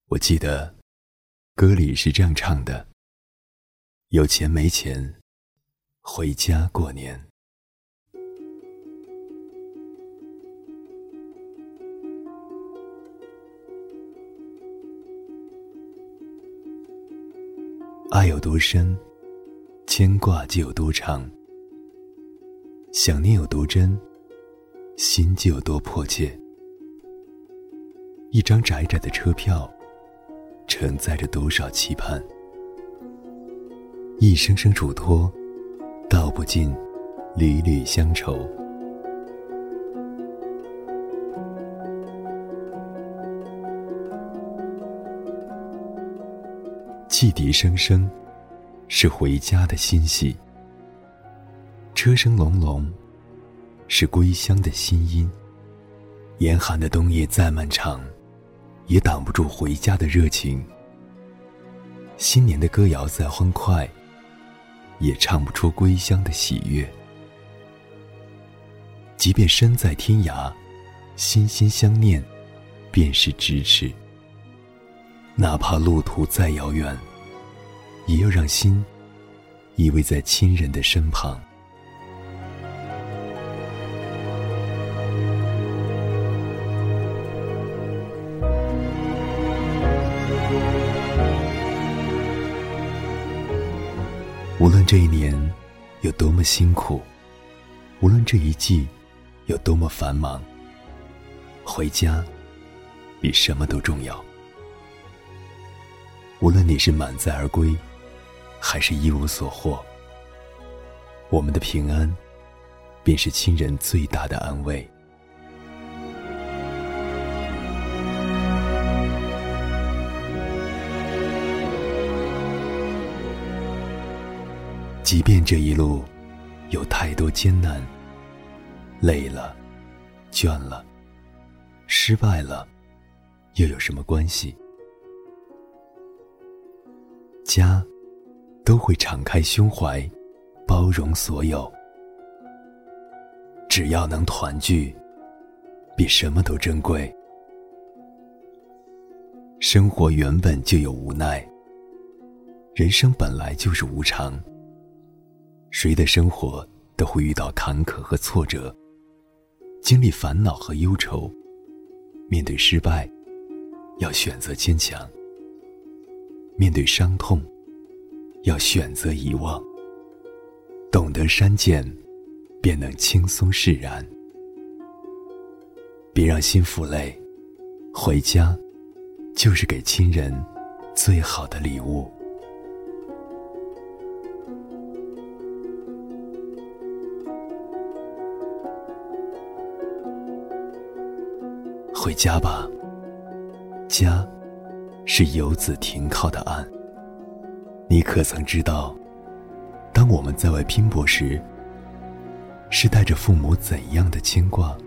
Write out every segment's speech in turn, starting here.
我记得歌里是这样唱的：有钱没钱，回家过年。爱有多深，牵挂就有多长。想念有多真，心就有多迫切。一张窄窄的车票，承载着多少期盼。一声声嘱托，道不尽缕缕乡愁。汽笛声声，是回家的欣喜；车声隆隆，是归乡的心音。严寒的冬夜再漫长，也挡不住回家的热情。新年的歌谣再欢快，也唱不出归乡的喜悦。即便身在天涯，心心相念，便是咫尺。哪怕路途再遥远，也要让心依偎在亲人的身旁。无论这一年有多么辛苦，无论这一季有多么繁忙，回家比什么都重要。无论你是满载而归，还是一无所获，我们的平安便是亲人最大的安慰。即便这一路有太多艰难，累了，倦了，失败了，又有什么关系？家都会敞开胸怀，包容所有。只要能团聚，比什么都珍贵。生活原本就有无奈，人生本来就是无常。谁的生活都会遇到坎坷和挫折，经历烦恼和忧愁。面对失败，要选择坚强；面对伤痛，要选择遗忘。懂得删减，便能轻松释然。别让心负累，回家就是给亲人最好的礼物。回家吧，家是游子停靠的岸。你可曾知道，当我们在外拼搏时，是带着父母怎样的牵挂？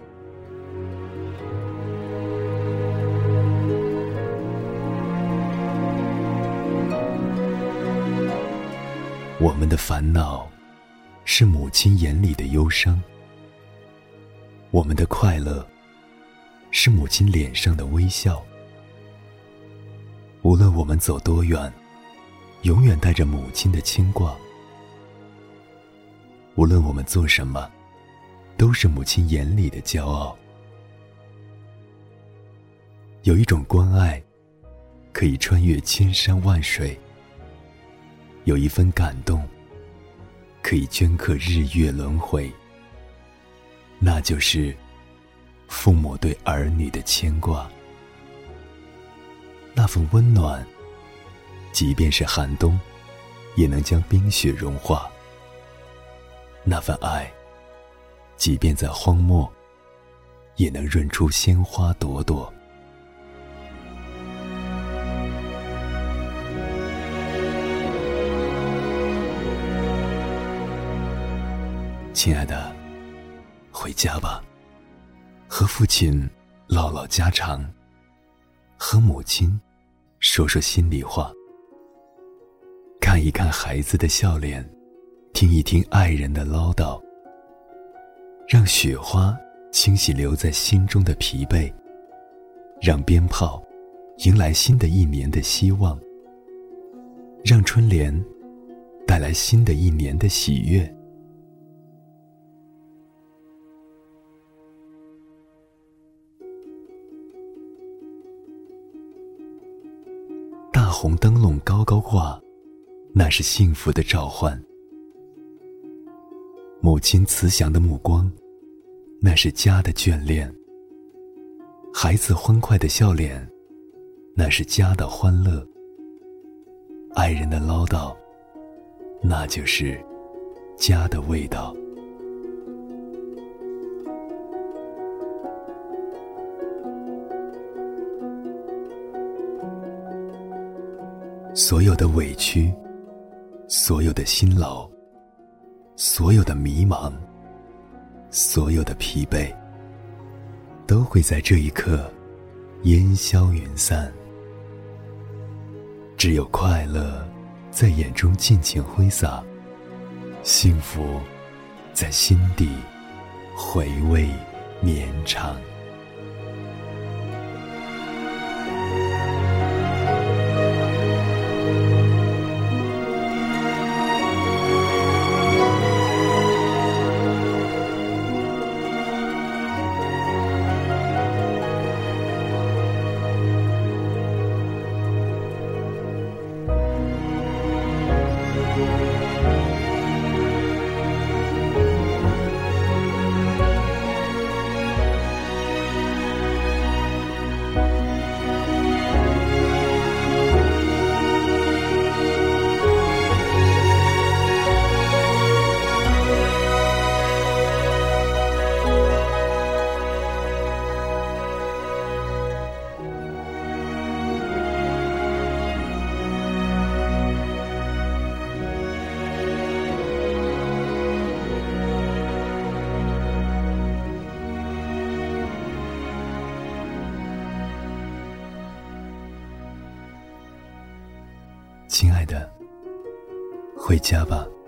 我们的烦恼是母亲眼里的忧伤，我们的快乐是母亲脸上的微笑。无论我们走多远，永远带着母亲的牵挂。无论我们做什么，都是母亲眼里的骄傲。有一种关爱，可以穿越千山万水；有一份感动，可以镌刻日月轮回。那就是父母对儿女的牵挂。那份温暖，即便是寒冬，也能将冰雪融化。那份爱，即便在荒漠，也能润出鲜花朵朵。亲爱的，回家吧，和父亲唠唠家常，和母亲说说心里话，看一看孩子的笑脸，听一听爱人的唠叨，让雪花清洗留在心中的疲惫，让鞭炮迎来新的一年的希望，让春联带来新的一年的喜悦。大红灯笼高高挂，那是幸福的召唤。母亲慈祥的目光，那是家的眷恋。孩子欢快的笑脸，那是家的欢乐。爱人的唠叨，那就是家的味道。所有的委屈，所有的辛劳，所有的迷茫，所有的疲惫，都会在这一刻烟消云散。只有快乐在眼中尽情挥洒，幸福在心底回味绵长。亲爱的，回家吧。